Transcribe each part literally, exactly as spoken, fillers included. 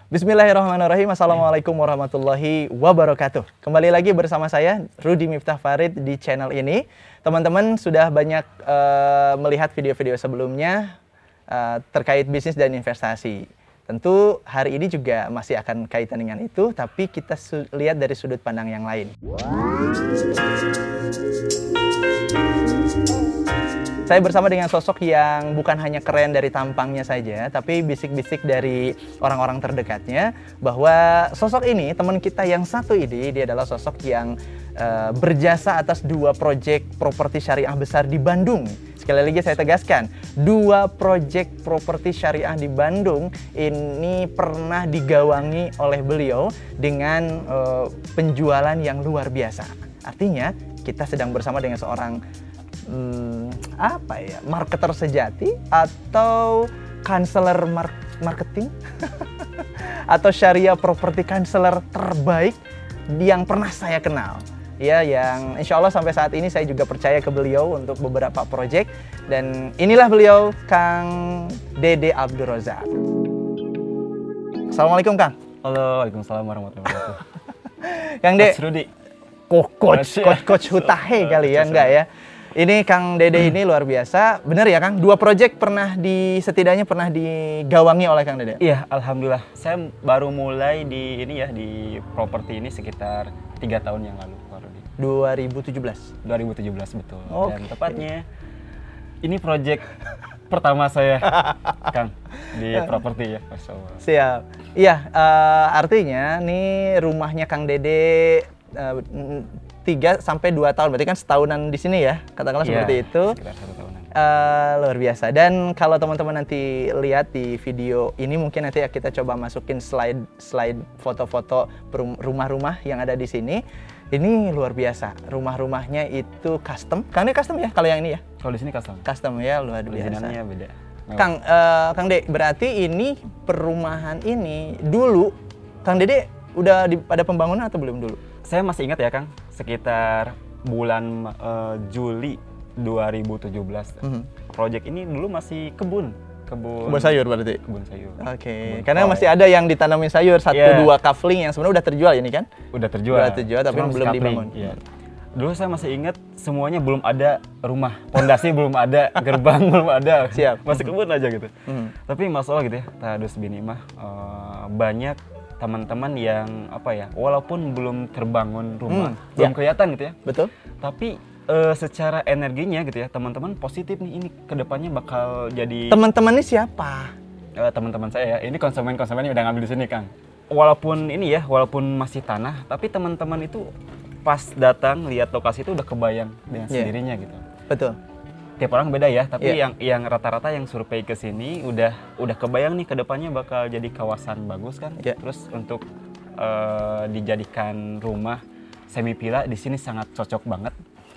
Bismillahirrahmanirrahim. Assalamualaikum warahmatullahi wabarakatuh. Kembali lagi bersama saya Rudy Miftah Farid di channel ini. Teman-teman sudah banyak uh, melihat video-video sebelumnya uh, terkait bisnis dan investasi. Tentu hari ini juga masih akan kaitan dengan itu, tapi kita lihat dari sudut pandang yang lain. Saya bersama dengan sosok yang bukan hanya keren dari tampangnya saja, tapi bisik-bisik dari orang-orang terdekatnya bahwa sosok ini, teman kita yang satu ini, dia adalah sosok yang uh, berjasa atas dua proyek properti syariah besar di Bandung. Sekali lagi saya tegaskan, dua proyek properti syariah di Bandung ini pernah digawangi oleh beliau dengan uh, penjualan yang luar biasa. Artinya kita sedang bersama dengan seorang Hmm, apa ya, marketer sejati atau counselor mar marketing atau syariah property counselor terbaik yang pernah saya kenal, ya, yang insya Allah sampai saat ini saya juga percaya ke beliau untuk beberapa proyek, dan inilah beliau, Kang Dede Abdul Razak. Assalamualaikum, Kang. Halo, waalaikumsalam warahmatullahi wabarakatuh. Kang De, Coach Rudy. Oh, coach, coach, coach Hutahe kali ya, enggak ya? Ini Kang Dede ini luar biasa, bener ya Kang? Dua proyek pernah di, setidaknya pernah digawangi oleh Kang Dede? Iya, alhamdulillah. Saya baru mulai di ini ya, di properti ini sekitar tiga tahun yang lalu. dua ribu tujuh belas? dua ribu tujuh belas, betul. Okay. Dan tepatnya, ini proyek pertama saya, Kang, di properti ya, Masya Allah. Siap. Iya, uh, artinya nih rumahnya Kang Dede uh, tiga sampai dua tahun, berarti kan setahunan di sini ya, katakanlah ya, seperti itu. Sekitar satu tahunan. Uh, luar biasa. Dan kalau teman-teman nanti lihat di video ini, mungkin nanti kita coba masukin slide slide foto-foto rumah-rumah yang ada di sini. Ini luar biasa. Rumah-rumahnya itu custom. Kang De custom ya kalau yang ini ya? Kalau di sini custom. Custom ya, luar biasa. Perizinannya beda. Kang, uh, Kang De, berarti ini perumahan ini dulu Kang Dede udah di, pada pembangunan atau belum dulu? Saya masih ingat ya, Kang, sekitar bulan uh, Juli dua ribu tujuh belas. Mm-hmm. Proyek ini dulu masih kebun. Kebun, kebun sayur berarti? Kebun sayur. Oke, okay. Karena masih ada yang ditanamin sayur, satu yeah. dua kafling yang sebenarnya udah terjual ini kan? Udah terjual. Udah terjual, tapi Cuma belum dibangun. Iya. Dulu saya masih ingat semuanya belum ada rumah, pondasi belum ada, gerbang belum ada. Siap. Masih kebun aja gitu. Mm. Tapi masalah gitu ya, Tadus Bini mah uh, banyak teman-teman yang apa ya, walaupun belum terbangun rumah, hmm, belum ya. kelihatan gitu ya. Betul. Tapi uh, secara energinya gitu ya, teman-teman positif nih, ini kedepannya bakal jadi. Teman-teman ini siapa? Uh, teman-teman saya ya, ini konsumen-konsumen yang udah ngambil di sini, Kang. Walaupun ini ya, walaupun masih tanah, tapi teman-teman itu pas datang lihat lokasi itu udah kebayang dengan yeah. sendirinya gitu. Betul. Tiap orang beda ya, tapi yeah. yang yang rata-rata yang survei ke sini udah udah kebayang nih kedepannya bakal jadi kawasan bagus kan. Yeah. Terus untuk uh, dijadikan rumah semi villa di sini sangat cocok banget.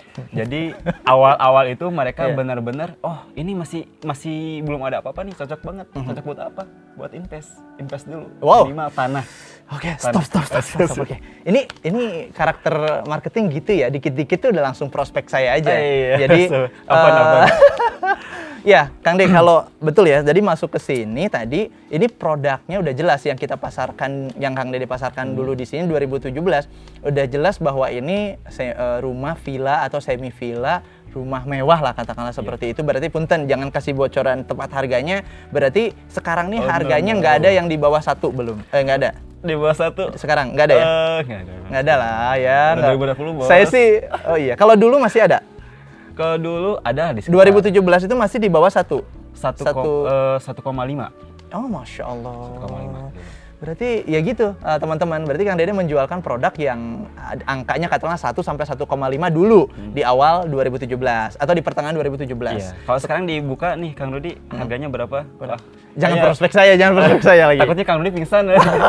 Jadi awal-awal itu mereka yeah. benar-benar, oh ini masih masih belum ada apa-apa nih, cocok banget. Mm-hmm. Cocok buat apa? Buat invest, invest dulu. Wow. Minimal tanah. Oke, okay, stop, stop, stop, stop, stop. Oke, okay. Ini ini karakter marketing gitu ya, dikit-dikit tuh udah langsung prospek saya aja. Eh, iya. Jadi, so, apa uh, ya, Kang De, kalau betul ya, jadi masuk ke sini tadi, ini produknya udah jelas yang kita pasarkan, yang Kang Dede pasarkan hmm. dulu di sini dua ribu tujuh belas, udah jelas bahwa ini se, uh, rumah villa atau semi villa, rumah mewah lah katakanlah seperti yeah. itu. Berarti punten, jangan kasih bocoran tempat harganya. Berarti sekarang nih oh, harganya nggak no, no. ada yang di bawah satu belum? Eh nggak ada. Di bawah satu? Sekarang nggak ada ya? Uh, nggak ada. Nggak ada lah ya. dua ribu dua puluh bos. Saya sih, oh iya. Kalau dulu masih ada? Kalau dulu ada di sekitar dua ribu tujuh belas itu masih di bawah satu? satu koma lima. Oh, Masya Allah. satu koma lima. Berarti ya gitu uh, teman-teman, berarti Kang Dede menjualkan produk yang angkanya katakanlah satu sampai satu koma lima dulu hmm. di awal dua ribu tujuh belas atau di pertengahan dua ribu tujuh belas. Iya. Kalau sekarang dibuka nih Kang Rudy, hmm. harganya berapa? Wah, jangan saya... prospek saya, jangan prospek saya lagi. Takutnya Kang Rudy pingsan.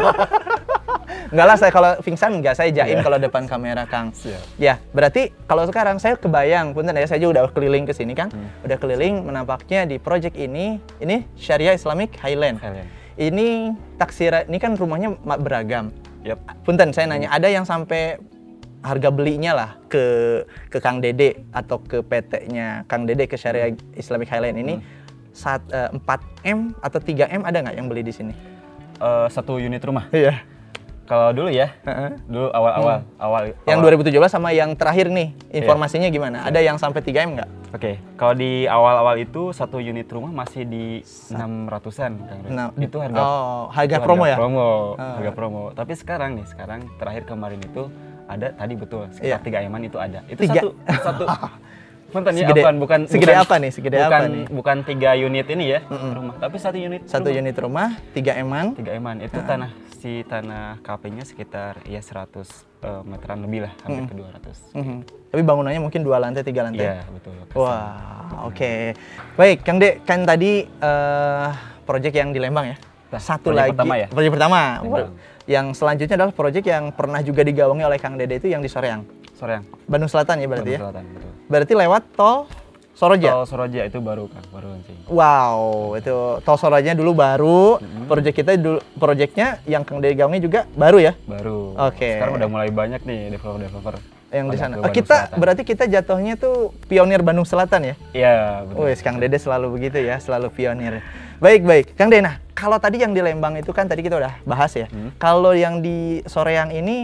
Enggak lah, saya kalau pingsan enggak, saya jaim yeah. kalau depan kamera Kang. Siap. Ya, berarti kalau sekarang saya kebayang, punten ya, saya juga udah keliling ke sini Kang. Hmm. Udah keliling, menampaknya di project ini, ini Syariah Islamic Highland. Highland. Ini taksir, ini kan rumahnya beragam. Yep. Punten, saya nanya, ada yang sampai harga belinya lah ke ke Kang Dede atau ke P T-nya Kang Dede, ke Syariah Islamic Highland ini hmm. saat uh, empat M atau tiga M ada nggak yang beli di sini? uh, satu unit rumah. Iya. Kalau dulu ya, uh-huh. dulu awal-awal, hmm. awal. Yang awal. dua ribu tujuh belas sama yang terakhir nih, informasinya yeah. gimana? Ada yang sampai tiga M nggak? Oke, okay. Kalau di awal-awal itu satu unit rumah masih di enam ratusan, nah, itu harga. Oh, harga itu promo harga ya? Promo, uh. harga promo. Tapi sekarang nih, sekarang terakhir kemarin itu ada tadi betul sekitar tiga yeah. M-an itu ada. Itu tiga. satu, satu. Punten ya, segede, apaan? bukan segede bukan, apa nih? Segede bukan, apa nih? Bukan tiga unit ini ya, mm-mm. rumah, tapi satu unit. Satu rumah. unit rumah, tiga M-an. Tiga M-an itu uh. tanah si tanah K P-nya sekitar ya seratus uh, meteran lebih lah, hampir mm-hmm. ke dua ratus. Mm-hmm. Tapi bangunannya mungkin dua lantai, tiga lantai. Iya betul. Wah, oke. Okay. Baik, Kang De, kan tadi uh, proyek yang di Lembang ya. Nah, Satu lagi. Pertama ya. Proyek pertama. Lembang. Yang selanjutnya adalah proyek yang pernah juga digawangi oleh Kang Dede itu yang di Soreang. Soreang. Bandung Selatan ya berarti Bandung ya. Selatan, betul. Berarti lewat tol Soroja? Tol Soroja itu baru kan, baru launching. Wow, itu tol Sorojanya dulu baru, mm-hmm. proyek kita dulu, proyeknya yang Kang Dede gawangi juga baru ya? Baru. Oke. Okay. Sekarang udah mulai banyak nih developer-developer yang di sana. Oh, kita Selatan. Berarti kita jatuhnya tuh pionir Bandung Selatan ya? Iya, betul. Wih, Kang Dede selalu begitu ya, selalu pionir. Baik, baik. Kang Dede, nah, kalau tadi yang di Lembang itu kan tadi kita udah bahas ya. Hmm. Kalau yang di Soreang ini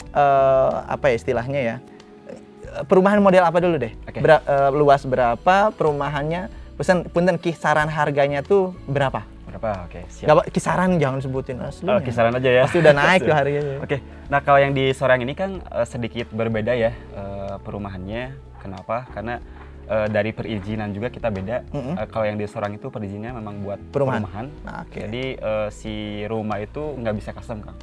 uh, apa ya istilahnya ya? Perumahan model apa dulu deh? Okay. Ber, uh, luas berapa? Perumahannya, pesan punten kisaran harganya tuh berapa? Berapa? Oke, okay, siap. Gak, kisaran jangan sebutin aslinya. Oh, kisaran aja ya. Pasti udah naik tuh harganya. Oke. Okay. Nah, kalau yang di Soreang ini kan uh, sedikit berbeda ya uh, perumahannya. Kenapa? Karena uh, dari perizinan juga kita beda. Mm-hmm. Uh, kalau yang di Soreang itu perizinannya memang buat perumahan. perumahan. Nah, okay. Jadi uh, si rumah itu nggak bisa custom, Kang.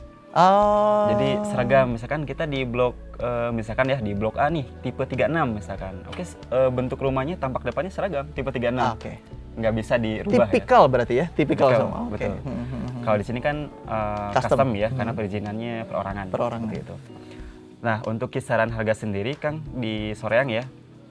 Oh. Jadi seragam, misalkan kita di blok, uh, misalkan ya di blok A nih, tipe tiga puluh enam misalkan. Oke, uh, bentuk rumahnya tampak depannya seragam, tipe tiga puluh enam. Oke. Okay. Nggak bisa dirubah. Tipikal ya. berarti ya, tipikal sama. Betul. Okay. Kalau di sini kan uh, custom. custom ya, hmm. karena perizinannya perorangan. Perorangan gitu. Nah, untuk kisaran harga sendiri, Kang, di Soreang ya,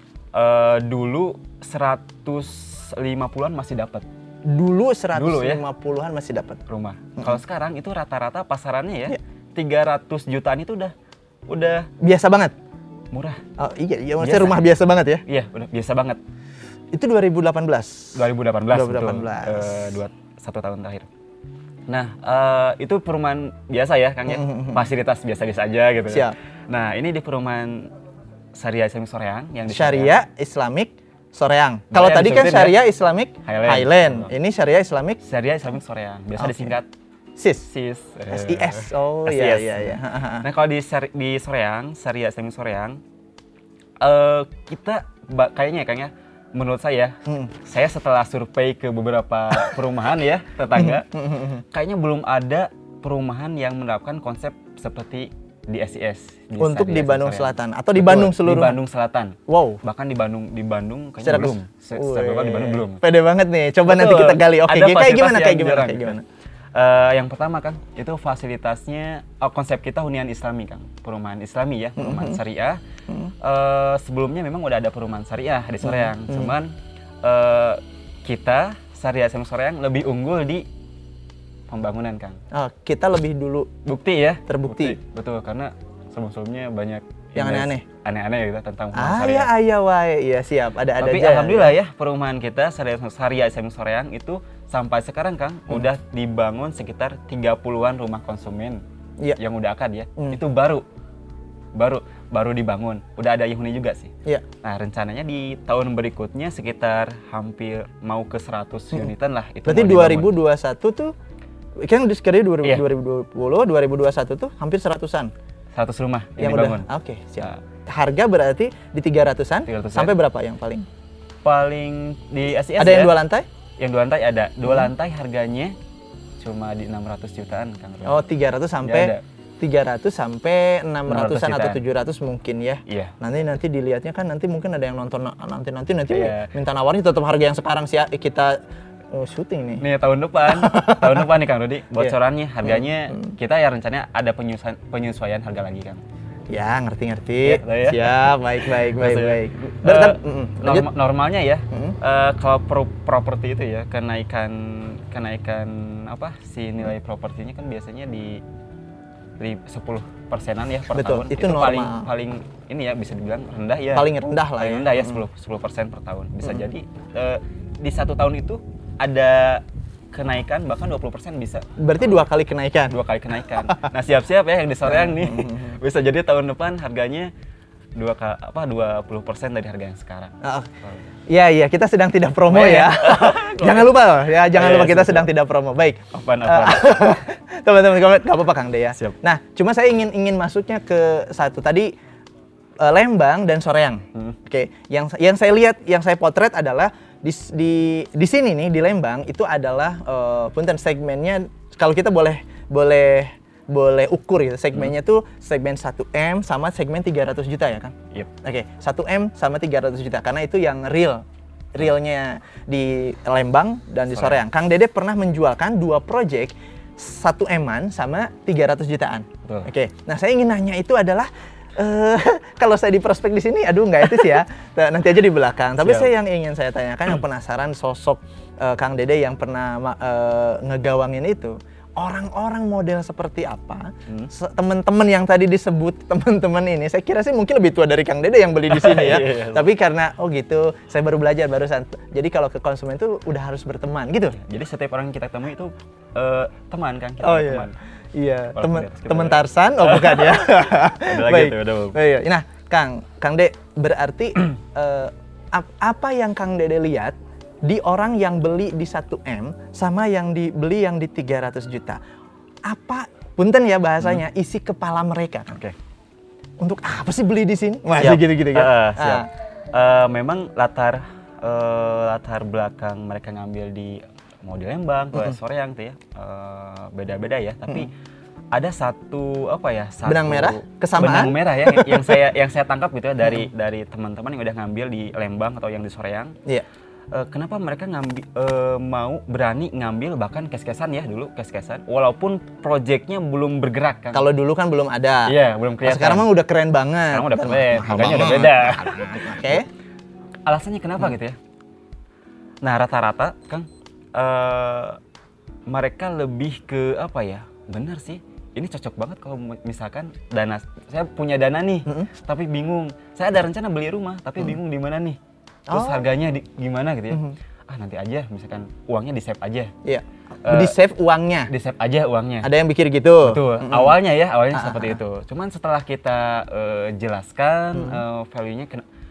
uh, dulu seratus lima puluhan masih dapat. Dulu seratus lima puluhan ya? Masih dapat rumah. Hmm. Kalau sekarang itu rata-rata pasarannya ya, yeah. tiga ratus jutaan itu udah udah biasa banget. Murah. Oh iya, iya maksudnya biasa. Rumah biasa banget ya? Iya, udah biasa banget. Itu dua ribu delapan belas. dua ribu delapan belas. dua ribu delapan belas. Betul. Uh, dua satu tahun terakhir. Nah, uh, itu perumahan biasa ya, Kang ya. Mm-hmm. Fasilitas biasa-biasa aja gitu. Siap. Nah, ini di perumahan Syariah Islamic Soreang yang di Syariah Islamic Soreang. Kalau tadi kan Syariah ya? Islamic Highland. Highland. Ini Syariah Islamic Syariah Islamic Soreang. Biasa okay. disingkat S I S. S I S. S I S. Oh iya iya iya. Nah, kalau di di Soreang, Syariah Islamic Soreang, uh, kita kayaknya Kang ya, menurut saya, hmm. saya setelah survei ke beberapa perumahan ya, tetangga, kayaknya belum ada perumahan yang menerapkan konsep seperti di S I S. Di untuk di Bandung Soreang. Selatan atau di Bandung seluruh? Di Bandung Selatan. Wow. Bahkan di Bandung di Bandung kayaknya belum. Secara di Bandung belum. Pede banget nih. Coba Betul. Nanti kita gali. Oke, okay, kayak gimana kayak gimana kayak gimana? Uh, yang pertama, Kang, itu fasilitasnya oh, konsep kita hunian Islami, Kang. Perumahan Islami ya, perumahan mm-hmm. syariah. Mm-hmm. Uh, sebelumnya memang udah ada perumahan syariah di Soreang. Mm-hmm. Cuman uh, kita Syariah Islamic Soreang lebih unggul di pembangunan, Kang. Oh, kita lebih dulu bukti ya, terbukti. Bukti. Betul, karena sebelum-sebelumnya banyak yang aneh-aneh. Aneh-aneh gitu tentang perumahan syariah. Ah, iya, wae. Iya, siap. Ada ada Tapi aja. Alhamdulillah ya, perumahan kita Syariah Islamic Soreang itu sampai sekarang, Kang, hmm. udah dibangun sekitar tiga puluhan rumah konsumen. Ya. Yang udah akad ya. Hmm. Itu baru baru baru dibangun. Udah ada yang huni juga sih. Ya. Nah, rencananya di tahun berikutnya sekitar hampir mau ke seratus hmm. unitan lah itu. Berarti dua ribu dua puluh satu tuh kan udah sekali dua ribu dua puluh, dua ribu dua puluh satu tuh hampir seratusan. seratus rumah yang, yang dibangun. Oke, okay, siap. Nah. Harga berarti di tiga ratusan sampai berapa yang paling? Paling di S I S ada ya? Yang dua lantai? Yang dua lantai ada. Dua hmm. lantai harganya cuma di enam ratus jutaan, Kang. Oh, tiga ratus sampai tiga ratus sampai enam ratusan atau tujuh ratus mungkin ya. Iya. Nanti nanti dilihatnya kan nanti mungkin ada yang nonton nanti nanti nanti iya. minta nawarnya tetap harga yang sekarang sih kita oh, syuting nih. Nih tahun depan, tahun depan nih Kang Rudi, bocorannya yeah. harganya hmm. kita ya rencananya ada penyesuaian penyesuaian harga lagi, Kang. Ya ngerti-ngerti. Ya, ya. Siap, baik baik baik Maksudnya, baik. Uh, mm, norma, normalnya ya, mm. uh, kalau pro properti itu ya kenaikan kenaikan apa si nilai propertinya kan biasanya di sepuluh persenan ya per Betul, tahun. Itu, itu paling paling ini ya bisa dibilang rendah ya. Paling rendah lah paling ya. rendah ya sepuluh persen per tahun. Bisa hmm. jadi uh, di satu tahun itu ada kenaikan bahkan dua puluh persen bisa. Berarti dua kali kenaikan? Dua kali kenaikan. Nah siap-siap ya yang di Soreang nih. Bisa jadi tahun depan harganya dua apa dua puluh persen dari harga yang sekarang. Oh. Iya iya, kita sedang tidak promo oh, ya. Jangan lupa loh ya, jangan oh, lupa iya, kita siap, sedang siap. tidak promo. Baik. Apaan apaan. Teman-teman, nggak apa-apa Kang De ya. Siap. Nah, cuma saya ingin ingin masuknya ke satu tadi uh, Lembang dan Soreang. Hmm. Oke, okay. yang yang saya lihat, yang saya potret adalah di di di sini nih di Lembang itu adalah uh, punten segmennya kalau kita boleh boleh boleh ukur gitu, segmennya hmm. tuh segmen satu M sama segmen tiga ratus juta ya kan? Yep. Oke, okay, satu M sama tiga ratus juta karena itu yang real. Realnya di Lembang dan di Soreang. Kang Dede pernah menjualkan dua project satu M-an sama tiga ratus jutaan. Oke. Okay. Nah, saya ingin nanya itu adalah uh, kalau saya di prospek di sini aduh nggak etis ya. Nanti aja di belakang. Tapi Siap. saya yang ingin saya tanyakan yang penasaran sosok uh, Kang Dede yang pernah uh, ngegawangin itu. Orang-orang model seperti apa, hmm. teman-teman yang tadi disebut teman-teman ini, saya kira sih mungkin lebih tua dari Kang Dede yang beli di sini ya. yeah, Tapi karena oh gitu, saya baru belajar barusan. Jadi kalau ke konsumen itu udah harus berteman gitu. Jadi setiap orang yang kita temui itu uh, teman kan, kita oh, iya. teman. Iya, teman teman Tarsan, oh bukan ya. Udah lagi tuh, udah. Iya. Nah, Kang, Kang De, berarti uh, apa yang Kang Dede lihat di orang yang beli di satu M sama yang dibeli yang di tiga ratus juta. Apa, punten ya bahasanya, hmm. isi kepala mereka. Oke. Okay. Untuk apa sih beli di sini? Masih gitu-gitu kan? Uh, siap. Uh. Uh, memang latar uh, latar belakang mereka ngambil di mau di Lembang, mm-hmm. Soreang tuh ya. Uh, beda-beda ya, tapi mm-hmm. ada satu apa ya? Satu benang merah kesamaan. Benang merah ya yang saya yang saya tangkap gitu ya dari mm-hmm. dari teman-teman yang udah ngambil di Lembang atau yang di Soreang. Iya. Yeah. Uh, kenapa mereka ngambil uh, mau berani ngambil bahkan kes-kesan ya dulu kes-kesan walaupun proyeknya belum bergerak kan. Kalau dulu kan belum ada. Iya, belum kelihatan. Nah, sekarang mah udah keren banget. Sekarang udah keren, harganya udah beda. Oke. Okay. Alasannya kenapa hmm. gitu ya? Nah, rata-rata Kang uh, mereka lebih ke apa ya? Benar sih. Ini cocok banget kalau misalkan dana saya punya dana nih, mm-hmm. tapi bingung. Saya ada rencana beli rumah, tapi mm. bingung di mana nih. Terus oh. harganya di, gimana gitu ya? Mm-hmm. Ah nanti aja, misalkan uangnya di save aja. Iya. Uh, di save uangnya. Di save aja uangnya. Ada yang pikir gitu. Betul. Mm-hmm. Awalnya ya, awalnya ah, seperti ah, itu. Cuman setelah kita uh, jelaskan mm-hmm. uh, value-nya,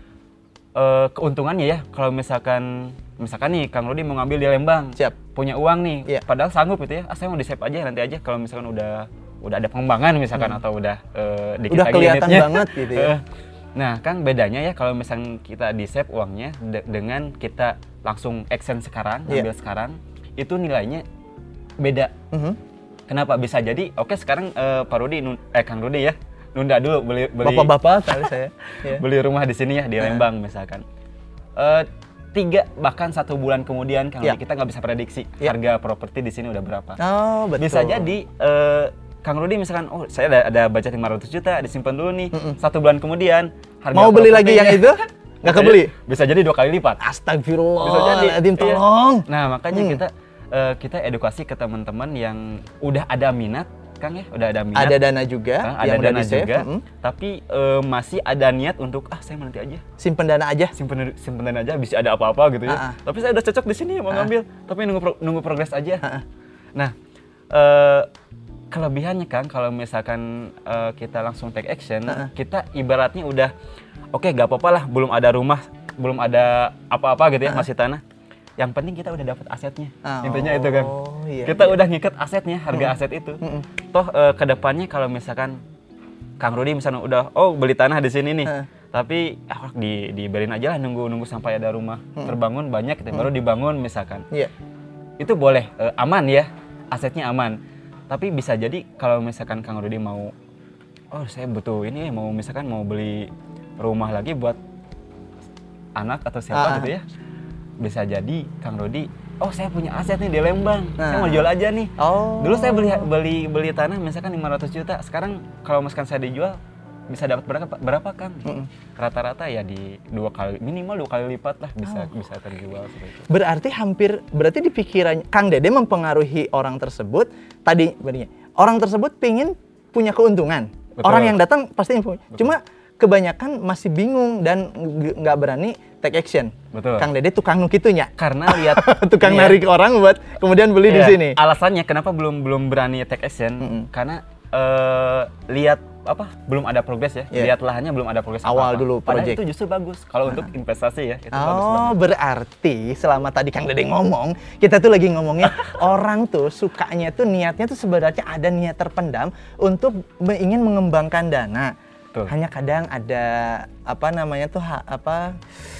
uh, keuntungannya ya, kalau misalkan, misalkan nih Kang Rudi mau ngambil di Lembang, siap, punya uang nih, yeah. padahal sanggup gitu ya. Ah saya mau di save aja nanti aja. Kalau misalkan udah udah ada pengembangan misalkan mm. atau udah uh, dikit udah lagi kelihatan unitnya. banget gitu ya. Nah, kan bedanya ya kalau misalnya kita di-save uangnya de- dengan kita langsung action sekarang, yeah. ambil sekarang, itu nilainya beda. Mm-hmm. Kenapa? Bisa jadi, oke sekarang uh, Pak Rudi, nun- eh Kang Rudi ya, nunda dulu beli beli bapak-bapak kali saya. Yeah. Beli rumah di sini ya di Lembang yeah. misalkan. Uh, tiga bahkan satu bulan kemudian Kang yeah. Rudi, kita nggak bisa prediksi yeah. harga properti di sini udah berapa. Oh, betul. Bisa jadi uh, Kang Rudi misalkan, oh saya ada, ada budget lima ratus juta, disimpan dulu nih. Mm-mm. Satu bulan kemudian, harga mau beli lagi yang itu? Nggak kebeli? Bisa jadi dua kali lipat. Astagfirullah, bisa jadi. Adim, tolong. Iya. Nah makanya hmm. kita uh, kita edukasi ke teman-teman yang udah ada minat, Kang ya, udah ada minat. Ada dana juga, nah, ada yang dana udah juga, hmm. tapi uh, masih ada niat untuk, ah saya nanti aja. Simpen dana aja? Simpen, simpen dana aja, bisa ada apa-apa gitu ya. Uh-uh. Tapi saya udah cocok di sini mau uh-uh. ngambil, tapi nunggu pro, nunggu progres aja. Uh-uh. Nah, uh, kelebihannya Kang, kalau misalkan uh, kita langsung take action, uh-uh. kita ibaratnya udah, oke okay, gak apa-apa lah, belum ada rumah, belum ada apa-apa gitu ya, uh-uh. masih tanah. Yang penting kita udah dapat asetnya, oh, intinya itu kan. Iya, kita iya. udah ngikat asetnya, harga uh-uh. aset itu. Uh-uh. Toh uh, kedepannya kalau misalkan Kang Rudi misalnya udah, oh beli tanah di sini nih, uh-uh. tapi ah, di dibeliin aja lah, nunggu nunggu sampai ada rumah uh-uh. terbangun banyak, gitu, uh-uh. baru dibangun misalkan. Yeah. Itu boleh, uh, aman ya, asetnya aman. Tapi bisa jadi kalau misalkan Kang Rudi mau, oh saya butuh ini, mau misalkan mau beli rumah lagi buat anak atau siapa ah. gitu ya, bisa jadi Kang Rudi, oh saya punya aset nih di Lembang, nah. saya mau jual aja nih. Oh. Dulu saya beli beli beli tanah misalkan lima ratus juta, sekarang kalau misalkan saya dijual bisa dapat berapa berapa Kang? Mm-mm. Rata-rata ya di dua kali, minimal dua kali lipat lah bisa oh. bisa terjual seperti itu. Berarti hampir, berarti di pikiran Kang Dede mempengaruhi orang tersebut. Tadi, orang tersebut pingin punya keuntungan. Betul. Orang yang datang pasti info. Betul. Cuma kebanyakan masih bingung dan nggak berani take action. Betul. Kang Dede tukang nukitunya. Karena lihat tukang iya. narik orang buat kemudian beli iya. di sini. Alasannya kenapa belum belum berani take action? Mm-hmm. Karena uh, lihat apa belum ada progres ya. Yeah. Lihat lahannya belum ada progres awal apa-apa. dulu Padahal project. itu justru bagus. Kalau nah. untuk investasi ya itu oh, bagus banget. Berarti selama tadi Kang Dede ngomong, kita tuh lagi ngomongin orang tuh sukanya tuh niatnya tuh sebenarnya ada niat terpendam untuk ingin mengembangkan dana. Tuh. Hanya kadang ada apa namanya tuh ha, apa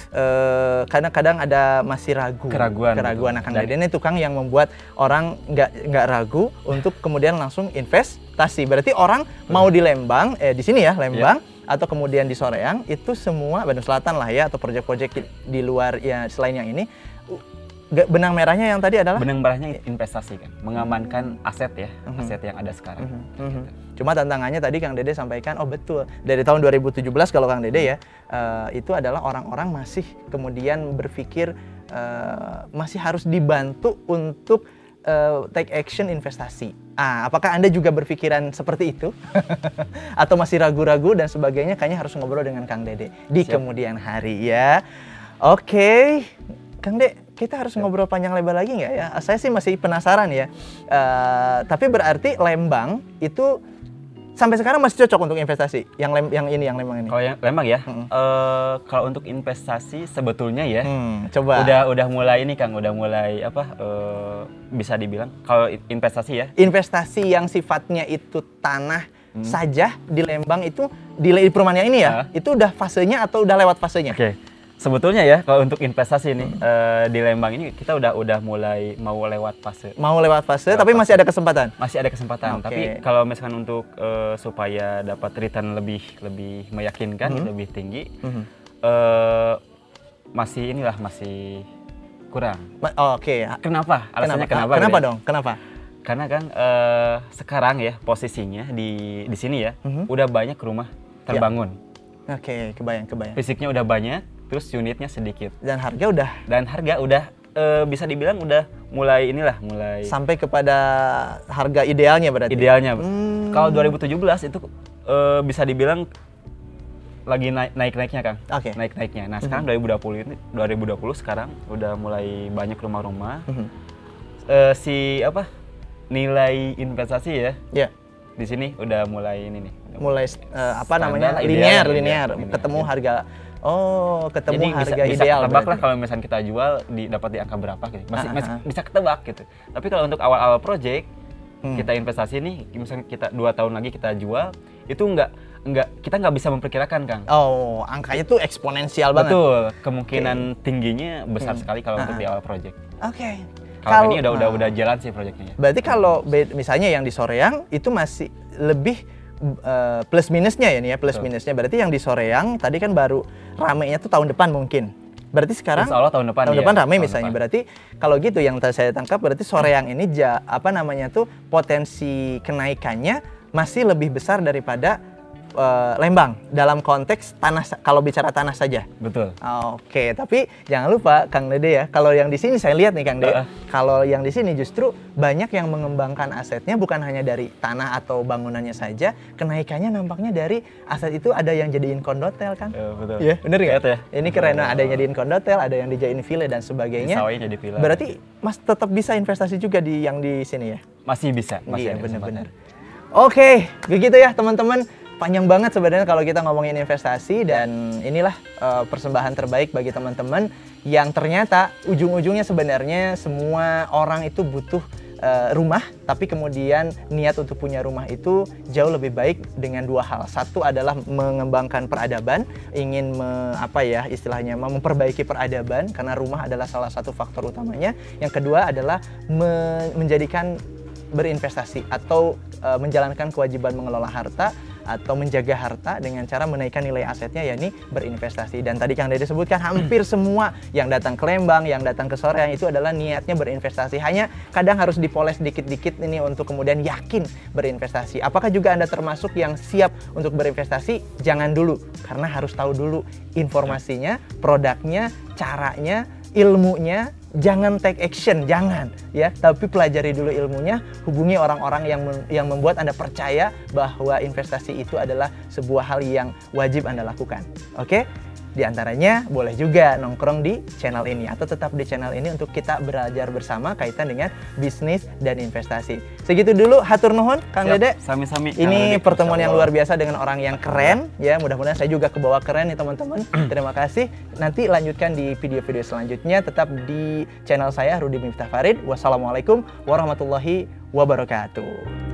eh, kadang-kadang ada masih ragu keraguan keraguan Kang Dede ini tukang yang membuat orang nggak nggak ragu untuk kemudian langsung investasi. Berarti orang betul. Mau di Lembang eh di sini ya Lembang yeah. atau kemudian di Soreang itu semua Bandung Selatan lah ya atau proyek-proyek di luar ya selain yang ini benang merahnya yang tadi adalah benang merahnya investasi kan, mengamankan aset ya, uh-huh. aset yang ada sekarang. Uh-huh. Uh-huh. Cuma tantangannya tadi Kang Dede sampaikan, oh betul dari tahun dua ribu tujuh belas kalau Kang Dede ya uh, itu adalah orang-orang masih kemudian berpikir uh, masih harus dibantu untuk uh, take action investasi. Ah, apakah Anda juga berpikiran seperti itu? Atau masih ragu-ragu dan sebagainya? Kayaknya harus ngobrol dengan Kang Dede di Siap. Kemudian hari ya. Oke. Okay. Kang De, kita harus ngobrol panjang lebar lagi nggak ya? Saya sih masih penasaran ya. Uh, tapi berarti Lembang itu sampai sekarang masih cocok untuk investasi. Yang lem, yang ini, yang Lembang ini. Kalau yang Lembang ya, hmm. uh, kalau untuk investasi sebetulnya ya, hmm, coba. Udah udah mulai ini Kang, udah mulai apa? Uh, bisa dibilang kalau investasi ya. Investasi yang sifatnya itu tanah hmm. saja di Lembang itu di, di perumahan yang ini ya, uh. itu udah fasenya atau udah lewat fasenya? Oke. Okay. Sebetulnya ya kalau untuk investasi nih hmm. uh, di Lembang ini kita udah udah mulai mau lewat fase. Mau lewat fase, lewat tapi fase. Masih ada kesempatan. Masih ada kesempatan. Okay. Tapi kalau misalkan untuk uh, supaya dapat return lebih lebih meyakinkan, hmm. lebih tinggi, hmm. uh, masih inilah masih kurang. Oh, Oke. Okay. Kenapa? Alasannya kenapa? Kenapa? Kenapa dong? Kenapa? Karena kan uh, sekarang ya posisinya di di sini ya hmm. udah banyak rumah terbangun. Ya. Oke, okay, kebayang kebayang. Fisiknya udah banyak. Terus unitnya sedikit dan harga udah dan harga udah e, bisa dibilang udah mulai inilah mulai sampai kepada harga idealnya berarti idealnya hmm. Kalau dua ribu tujuh belas itu e, bisa dibilang lagi naik naik naiknya Kang okay. naik naiknya nah sekarang mm-hmm. dua ribu dua puluh ini dua ribu dua puluh sekarang udah mulai banyak rumah-rumah mm-hmm. e, si apa nilai investasi ya yeah. di sini udah mulai ini nih mulai uh, apa namanya linear linear ketemu ya. Harga oh ketemu Jadi harga bisa, ideal bisa ketebak lah kalau misalnya kita jual di dapat di angka berapa gitu masih, masih bisa ketebak gitu tapi kalau untuk awal-awal project hmm. kita investasi nih misalnya kita dua tahun lagi kita jual itu enggak enggak kita nggak bisa memperkirakan Kang oh angkanya tuh eksponensial banget betul kemungkinan okay. tingginya besar hmm. sekali kalau uh-huh. untuk di awal project oke okay. Kalau ini udah udah udah jalan sih proyeknya. Berarti kalau misalnya yang di Soreang itu masih lebih uh, plus minusnya ya nih ya plus Betul. Minusnya. Berarti yang di Soreang tadi kan baru ramenya tuh tahun depan mungkin. Berarti sekarang Insya Allah tahun depan tahun ya. depan ramai misalnya. Depan. Berarti kalau gitu yang saya tangkap berarti Soreang ini ja, apa namanya tuh potensi kenaikannya masih lebih besar daripada Uh, Lembang dalam konteks tanah kalau bicara tanah saja. Betul. Oke, okay. Tapi jangan lupa Kang Dede ya. Kalau yang di sini saya lihat nih Kang Dede. Uh. Kalau yang di sini justru banyak yang mengembangkan asetnya bukan hanya dari tanah atau bangunannya saja, kenaikannya nampaknya dari aset itu ada yang jadiin kondotel Kang. Uh, betul. Iya, bener nggak? Ya? Ini keren. Ada yang jadiin kondotel, ada yang dijadiin villa dan sebagainya. Disawai jadi villa. Berarti Mas tetap bisa investasi juga di yang di sini ya? Masih bisa. Masih iya, benar-benar. Oke, begitu ya teman-teman. Panjang banget sebenarnya kalau kita ngomongin investasi dan inilah uh, persembahan terbaik bagi teman-teman yang ternyata ujung-ujungnya sebenarnya semua orang itu butuh uh, rumah tapi kemudian niat untuk punya rumah itu jauh lebih baik dengan dua hal. Satu adalah mengembangkan peradaban, ingin me, apa ya istilahnya memperbaiki peradaban karena rumah adalah salah satu faktor utamanya. Yang kedua adalah me, menjadikan berinvestasi atau uh, menjalankan kewajiban mengelola harta atau menjaga harta dengan cara menaikkan nilai asetnya yakni berinvestasi. Dan tadi Kang Dede sebutkan hampir semua yang datang ke Lembang, yang datang ke Soreang itu adalah niatnya berinvestasi. Hanya kadang harus dipoles dikit-dikit ini untuk kemudian yakin berinvestasi. Apakah juga Anda termasuk yang siap untuk berinvestasi? Jangan dulu, karena harus tahu dulu informasinya, produknya, caranya, ilmunya, jangan take action, jangan ya, tapi pelajari dulu ilmunya, hubungi orang-orang yang yang membuat Anda percaya bahwa investasi itu adalah sebuah hal yang wajib Anda lakukan. Oke? Di antaranya boleh juga nongkrong di channel ini atau tetap di channel ini untuk kita belajar bersama kaitan dengan bisnis dan investasi. Segitu dulu, hatur nuhun Kang Siap, Dede. Sami-sami. Ini Dede, pertemuan yang luar biasa dengan orang yang keren ya. Mudah-mudahan saya juga kebawa keren nih teman-teman. Terima kasih. Nanti lanjutkan di video-video selanjutnya tetap di channel saya Rudi Miftah Farid. Wassalamualaikum warahmatullahi wabarakatuh.